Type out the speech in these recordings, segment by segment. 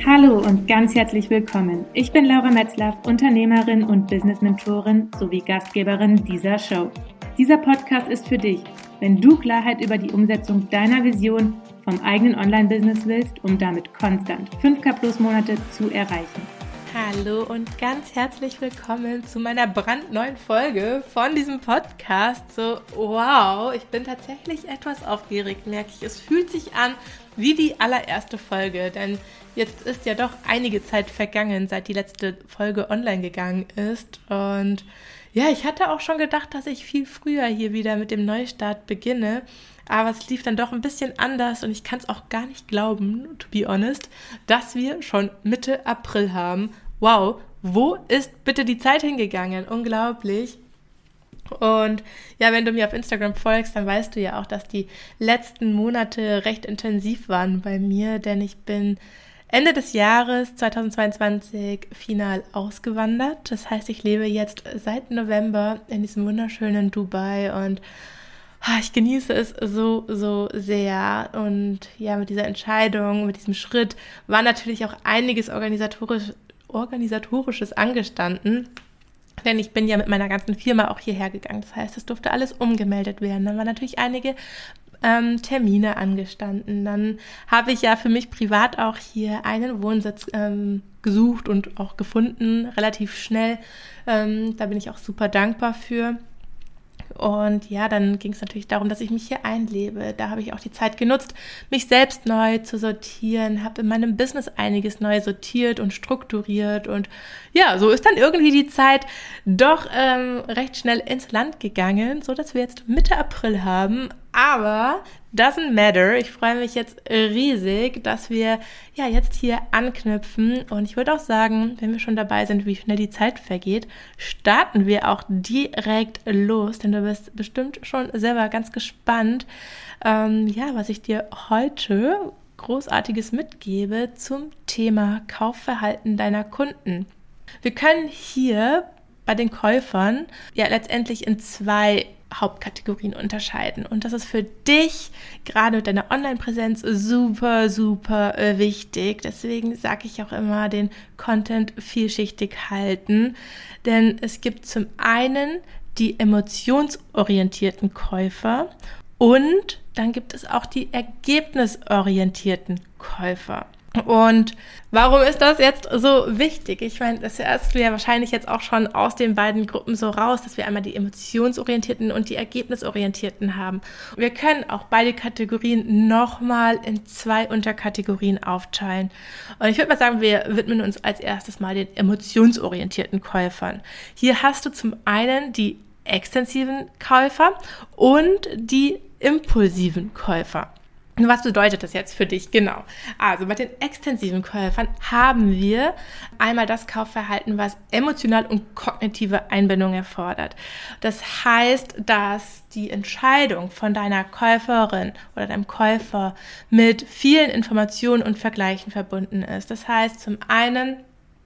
Hallo und ganz herzlich willkommen. Ich bin Laura Metzlaff, Unternehmerin und Business-Mentorin sowie Gastgeberin dieser Show. Dieser Podcast ist für dich, wenn du Klarheit über die Umsetzung deiner Vision vom eigenen Online-Business willst, um damit konstant 5K-Plus-Monate zu erreichen. Hallo und ganz herzlich willkommen zu meiner brandneuen Folge von diesem Podcast. So, wow, ich bin tatsächlich etwas aufgeregt, merke ich. Es fühlt sich an wie die allererste Folge, denn jetzt ist ja doch einige Zeit vergangen, seit die letzte Folge online gegangen ist. Und ja, ich hatte auch schon gedacht, dass ich viel früher hier wieder mit dem Neustart beginne. Aber es lief dann doch ein bisschen anders und ich kann es auch gar nicht glauben, to be honest, dass wir schon Mitte April haben. Wow, wo ist bitte die Zeit hingegangen? Unglaublich. Und ja, wenn du mir auf Instagram folgst, dann weißt du ja auch, dass die letzten Monate recht intensiv waren bei mir, denn ich bin Ende des Jahres 2022 final ausgewandert. Das heißt, ich lebe jetzt seit November in diesem wunderschönen Dubai und ich genieße es so sehr. Und ja, mit dieser Entscheidung, mit diesem Schritt war natürlich auch einiges Organisatorisches angestanden, denn ich bin ja mit meiner ganzen Firma auch hierher gegangen. Das heißt, es durfte alles umgemeldet werden. Dann waren natürlich einige Termine angestanden. Dann habe ich ja für mich privat auch hier einen Wohnsitz gesucht und auch gefunden, relativ schnell. Da bin ich auch super dankbar für. Und ja, dann ging es natürlich darum, dass ich mich hier einlebe. Da habe ich auch die Zeit genutzt, mich selbst neu zu sortieren, habe in meinem Business einiges neu sortiert und strukturiert. Und ja, so ist dann irgendwie die Zeit doch recht schnell ins Land gegangen, sodass wir jetzt Mitte April haben. Aber doesn't matter. Ich freue mich jetzt riesig, dass wir ja jetzt hier anknüpfen. Und ich würde auch sagen, wenn wir schon dabei sind, wie schnell die Zeit vergeht, starten wir auch direkt los. Denn du bist bestimmt schon selber ganz gespannt, was ich dir heute Großartiges mitgebe zum Thema Kaufverhalten deiner Kunden. Wir können hier bei den Käufern ja letztendlich in zwei Hauptkategorien unterscheiden. Und das ist für dich gerade mit deiner Online-Präsenz super, super wichtig. Deswegen sage ich auch immer, den Content vielschichtig halten. Denn es gibt zum einen die emotionsorientierten Käufer und dann gibt es auch die ergebnisorientierten Käufer. Und warum ist das jetzt so wichtig? Ich meine, das hörst du ja wahrscheinlich jetzt auch schon aus den beiden Gruppen so raus, dass wir einmal die emotionsorientierten und die ergebnisorientierten haben. Wir können auch beide Kategorien nochmal in zwei Unterkategorien aufteilen. Und ich würde mal sagen, wir widmen uns als erstes mal den emotionsorientierten Käufern. Hier hast du zum einen die extensiven Käufer und die impulsiven Käufer. Was bedeutet das jetzt für dich? Genau. Also bei den extensiven Käufern haben wir einmal das Kaufverhalten, was emotional und kognitive Einbindung erfordert. Das heißt, dass die Entscheidung von deiner Käuferin oder deinem Käufer mit vielen Informationen und Vergleichen verbunden ist. Das heißt, zum einen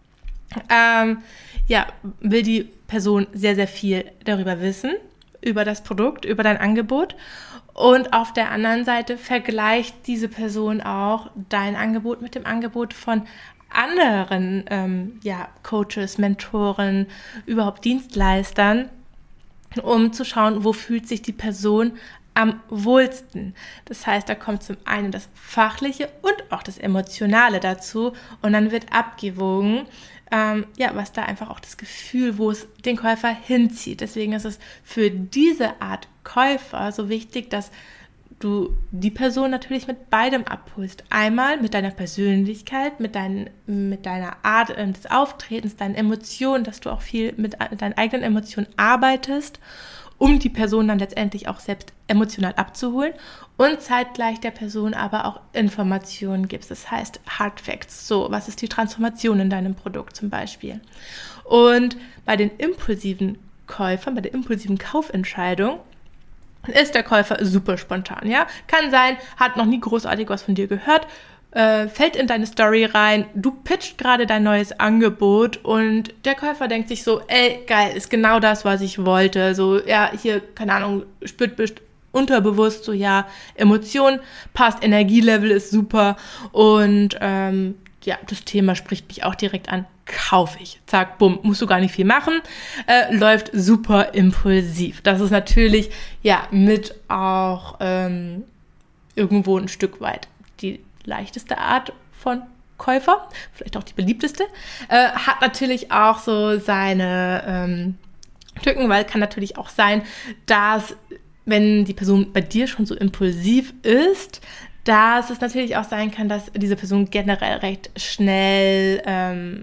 will die Person sehr, sehr viel darüber wissen, über das Produkt, über dein Angebot. Und auf der anderen Seite vergleicht diese Person auch dein Angebot mit dem Angebot von anderen Coaches, Mentoren, überhaupt Dienstleistern, um zu schauen, wo fühlt sich die Person am wohlsten. Das heißt, da kommt zum einen das Fachliche und auch das Emotionale dazu und dann wird abgewogen, was da einfach auch das Gefühl, wo es den Käufer hinzieht. Deswegen ist es für diese Art Käufer so wichtig, dass du die Person natürlich mit beidem abholst. Einmal mit deiner Persönlichkeit, mit deiner Art des Auftretens, deinen Emotionen, dass du auch viel mit deinen eigenen Emotionen arbeitest, um die Person dann letztendlich auch selbst emotional abzuholen und zeitgleich der Person aber auch Informationen gibst. Das heißt Hard Facts. So, was ist die Transformation in deinem Produkt zum Beispiel? Und bei den impulsiven Käufern, bei der impulsiven Kaufentscheidung, ist der Käufer super spontan, ja? Kann sein, hat noch nie großartig was von dir gehört, fällt in deine Story rein, du pitcht gerade dein neues Angebot und der Käufer denkt sich so, ey, geil, ist genau das, was ich wollte. So, ja, hier, keine Ahnung, spürt unterbewusst so, ja, Emotion passt, Energielevel ist super und ja, das Thema spricht mich auch direkt an, kaufe ich. Zack, bumm, musst du gar nicht viel machen, läuft super impulsiv. Das ist natürlich, ja, mit auch irgendwo ein Stück weit die leichteste Art von Käufer, vielleicht auch die beliebteste, hat natürlich auch so seine Tücken, weil kann natürlich auch sein, dass, wenn die Person bei dir schon so impulsiv ist, dass es natürlich auch sein kann, dass diese Person generell recht schnell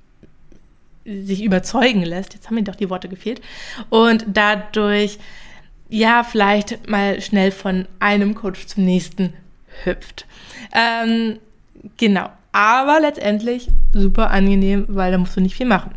sich überzeugen lässt. Jetzt haben mir doch die Worte gefehlt. Und dadurch, ja, vielleicht mal schnell von einem Coach zum nächsten hüpft. Genau. Aber letztendlich super angenehm, weil da musst du nicht viel machen.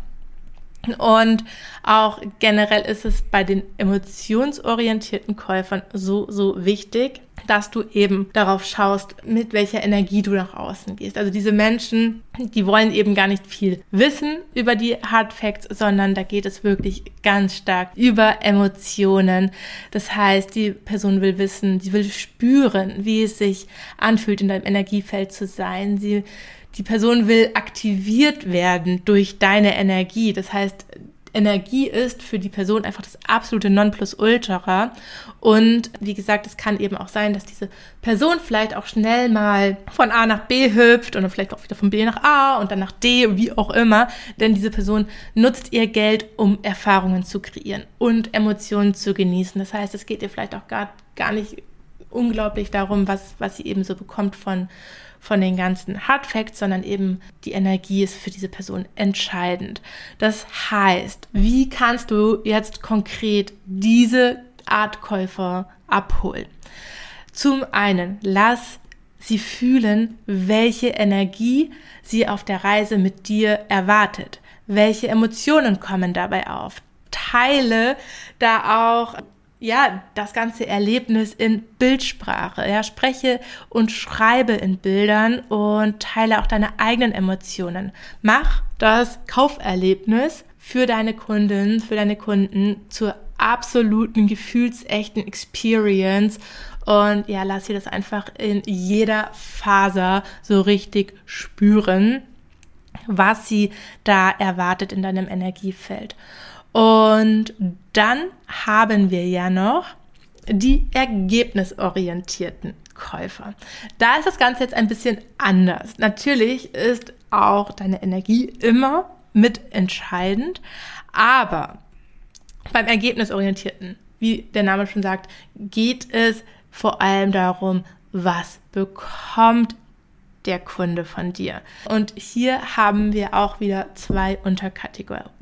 Und auch generell ist es bei den emotionsorientierten Käufern so wichtig, dass du eben darauf schaust, mit welcher Energie du nach außen gehst. Also diese Menschen, die wollen eben gar nicht viel wissen über die Hard Facts, sondern da geht es wirklich ganz stark über Emotionen. Das heißt, die Person will wissen, sie will spüren, wie es sich anfühlt, in deinem Energiefeld zu sein. Die Person will aktiviert werden durch deine Energie. Das heißt, Energie ist für die Person einfach das absolute Nonplusultra. Und wie gesagt, es kann eben auch sein, dass diese Person vielleicht auch schnell mal von A nach B hüpft und dann vielleicht auch wieder von B nach A und dann nach D, wie auch immer. Denn diese Person nutzt ihr Geld, um Erfahrungen zu kreieren und Emotionen zu genießen. Das heißt, es geht ihr vielleicht auch gar nicht unglaublich darum, was sie eben so bekommt von den ganzen Hard Facts, sondern eben die Energie ist für diese Person entscheidend. Das heißt, wie kannst du jetzt konkret diese Art Käufer abholen? Zum einen, lass sie fühlen, welche Energie sie auf der Reise mit dir erwartet. Welche Emotionen kommen dabei auf? Teile da auch das ganze Erlebnis in Bildsprache. Ja, spreche und schreibe in Bildern und teile auch deine eigenen Emotionen. Mach das Kauferlebnis für deine Kunden, für deine Kunden zur absoluten, gefühlsechten Experience und ja, lass sie das einfach in jeder Faser so richtig spüren, was sie da erwartet in deinem Energiefeld. Und dann haben wir ja noch die ergebnisorientierten Käufer. Da ist das Ganze jetzt ein bisschen anders. Natürlich ist auch deine Energie immer mitentscheidend, aber beim Ergebnisorientierten, wie der Name schon sagt, geht es vor allem darum, was bekommt der Kunde von dir. Und hier haben wir auch wieder zwei Unterkategorien.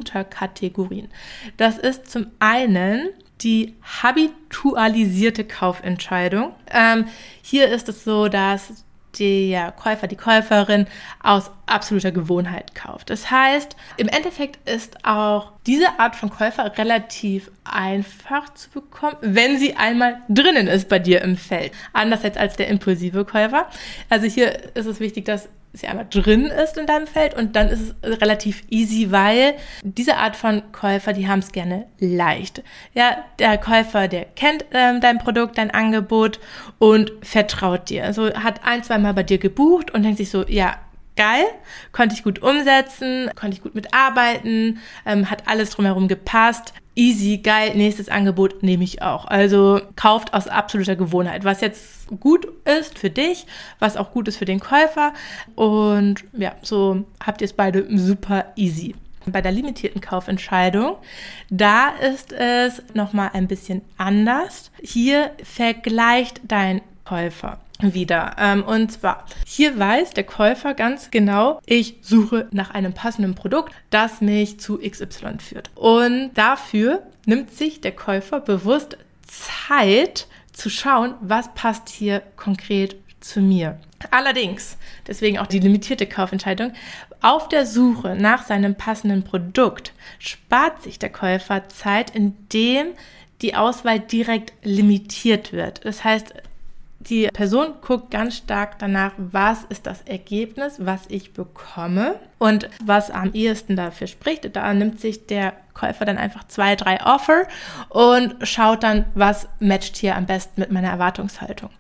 Das ist zum einen die habitualisierte Kaufentscheidung. Hier ist es so, dass der Käufer, die Käuferin aus absoluter Gewohnheit kauft. Das heißt, im Endeffekt ist auch diese Art von Käufer relativ einfach zu bekommen, wenn sie einmal drinnen ist bei dir im Feld. Anders jetzt als der impulsive Käufer. Also hier ist es wichtig, dass sie einmal drin ist in deinem Feld und dann ist es relativ easy, weil diese Art von Käufer, die haben es gerne leicht. Ja, der Käufer, der kennt dein Produkt, dein Angebot und vertraut dir. Also hat 1-2 Mal bei dir gebucht und denkt sich so, ja, geil, konnte ich gut umsetzen, konnte ich gut mitarbeiten, hat alles drumherum gepasst. Easy, geil, nächstes Angebot nehme ich auch. Also kauft aus absoluter Gewohnheit, was jetzt gut ist für dich, was auch gut ist für den Käufer. Und ja, so habt ihr es beide super easy. Bei der limitierten Kaufentscheidung, da ist es nochmal ein bisschen anders. Hier vergleicht dein Käufer wieder. Und zwar, hier weiß der Käufer ganz genau, ich suche nach einem passenden Produkt, das mich zu XY führt. Und dafür nimmt sich der Käufer bewusst Zeit zu schauen, was passt hier konkret zu mir. Allerdings, deswegen auch die limitierte Kaufentscheidung, auf der Suche nach seinem passenden Produkt spart sich der Käufer Zeit, indem die Auswahl direkt limitiert wird. Das heißt, die Person guckt ganz stark danach, was ist das Ergebnis, was ich bekomme und was am ehesten dafür spricht. Da nimmt sich der Käufer dann einfach 2, 3 Offer und schaut dann, was matcht hier am besten mit meiner Erwartungshaltung.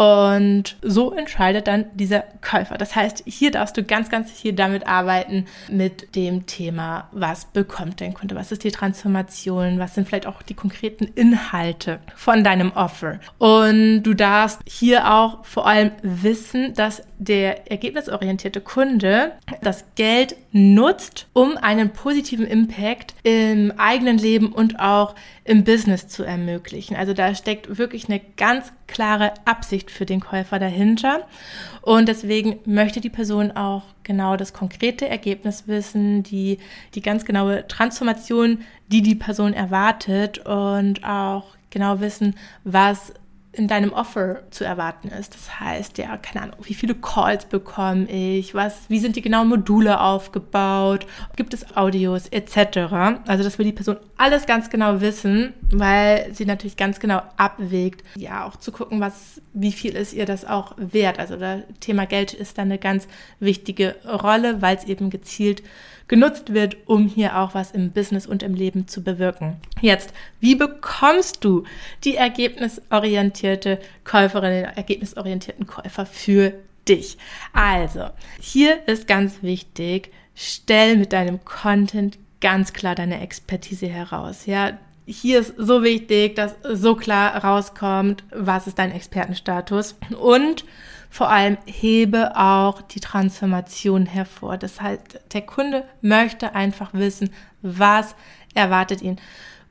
Und so entscheidet dann dieser Käufer. Das heißt, hier darfst du ganz, ganz viel damit arbeiten, mit dem Thema, was bekommt dein Kunde, was ist die Transformation, was sind vielleicht auch die konkreten Inhalte von deinem Offer. Und du darfst hier auch vor allem wissen, dass der ergebnisorientierte Kunde das Geld nutzt, um einen positiven Impact im eigenen Leben und auch im Business zu ermöglichen. Also da steckt wirklich eine ganz klare Absicht für den Käufer dahinter. Und deswegen möchte die Person auch genau das konkrete Ergebnis wissen, die ganz genaue Transformation, die Person erwartet, und auch genau wissen, was in deinem Offer zu erwarten ist. Das heißt, ja, keine Ahnung, wie viele Calls bekomme ich, wie sind die genauen Module aufgebaut, gibt es Audios etc. Also das will die Person alles ganz genau wissen, weil sie natürlich ganz genau abwägt, ja, auch zu gucken, wie viel ist ihr das auch wert. Also das Thema Geld ist dann eine ganz wichtige Rolle, weil es eben gezielt genutzt wird, um hier auch was im Business und im Leben zu bewirken. Jetzt, wie bekommst du die ergebnisorientierte Käuferin, den ergebnisorientierten Käufer für dich? Also, hier ist ganz wichtig, stell mit deinem Content ganz klar deine Expertise heraus. Ja, hier ist so wichtig, dass so klar rauskommt, was ist dein Expertenstatus, und vor allem hebe auch die Transformation hervor. Das heißt, der Kunde möchte einfach wissen, was erwartet ihn,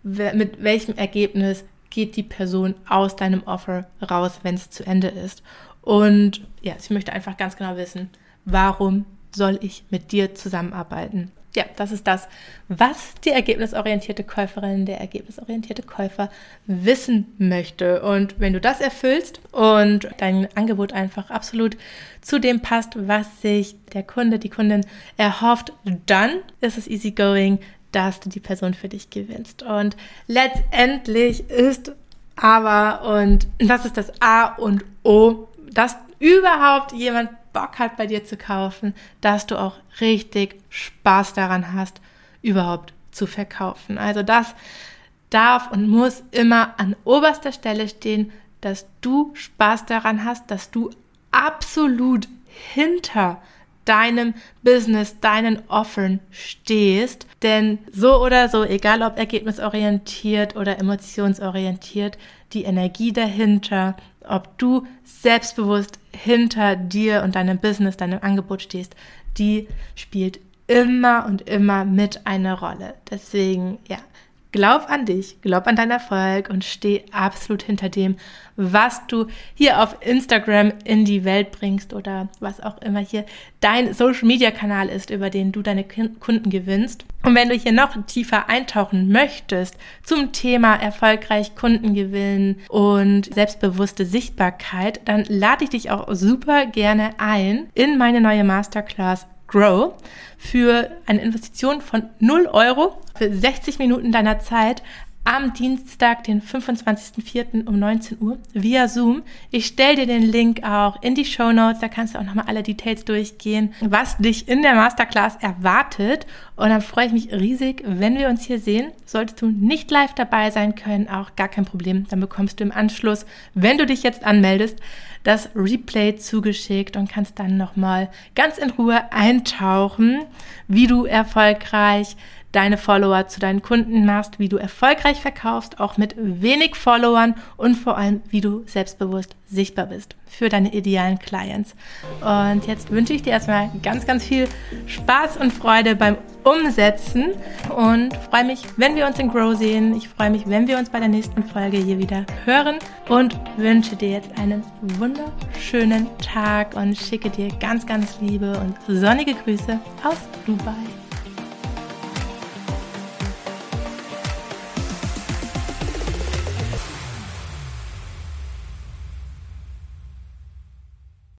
mit welchem Ergebnis geht die Person aus deinem Offer raus, wenn es zu Ende ist. Und ja, sie möchte einfach ganz genau wissen, warum soll ich mit dir zusammenarbeiten? Ja, das ist das, was die ergebnisorientierte Käuferin, der ergebnisorientierte Käufer wissen möchte. Und wenn du das erfüllst und dein Angebot einfach absolut zu dem passt, was sich der Kunde, die Kundin erhofft, dann ist es easy going, dass du die Person für dich gewinnst. Und letztendlich ist aber, und das ist das A und O, dass überhaupt jemand Bock hat, bei dir zu kaufen, dass du auch richtig Spaß daran hast, überhaupt zu verkaufen. Also das darf und muss immer an oberster Stelle stehen, dass du Spaß daran hast, dass du absolut hinter deinem Business, deinen Offern stehst. Denn so oder so, egal ob ergebnisorientiert oder emotionsorientiert, die Energie dahinter, ob du selbstbewusst hinter dir und deinem Business, deinem Angebot stehst, die spielt immer und immer mit eine Rolle. Deswegen, ja, glaub an dich, glaub an deinen Erfolg und steh absolut hinter dem, was du hier auf Instagram in die Welt bringst oder was auch immer hier dein Social-Media-Kanal ist, über den du deine Kunden gewinnst. Und wenn du hier noch tiefer eintauchen möchtest zum Thema erfolgreich Kunden gewinnen und selbstbewusste Sichtbarkeit, dann lade ich dich auch super gerne ein in meine neue Masterclass Grow für eine Investition von 0 € für 60 Minuten deiner Zeit am Dienstag, den 25.04. um 19 Uhr via Zoom. Ich stelle dir den Link auch in die Shownotes, da kannst du auch nochmal alle Details durchgehen, was dich in der Masterclass erwartet. Und dann freue ich mich riesig, wenn wir uns hier sehen. Solltest du nicht live dabei sein können, auch gar kein Problem. Dann bekommst du im Anschluss, wenn du dich jetzt anmeldest, das Replay zugeschickt und kannst dann nochmal ganz in Ruhe eintauchen, wie du erfolgreich deine Follower zu deinen Kunden machst, wie du erfolgreich verkaufst, auch mit wenig Followern, und vor allem, wie du selbstbewusst sichtbar bist für deine idealen Clients. Und jetzt wünsche ich dir erstmal ganz, ganz viel Spaß und Freude beim Umsetzen und freue mich, wenn wir uns in Grow sehen. Ich freue mich, wenn wir uns bei der nächsten Folge hier wieder hören und wünsche dir jetzt einen wunderschönen Tag und schicke dir ganz, ganz liebe und sonnige Grüße aus Dubai.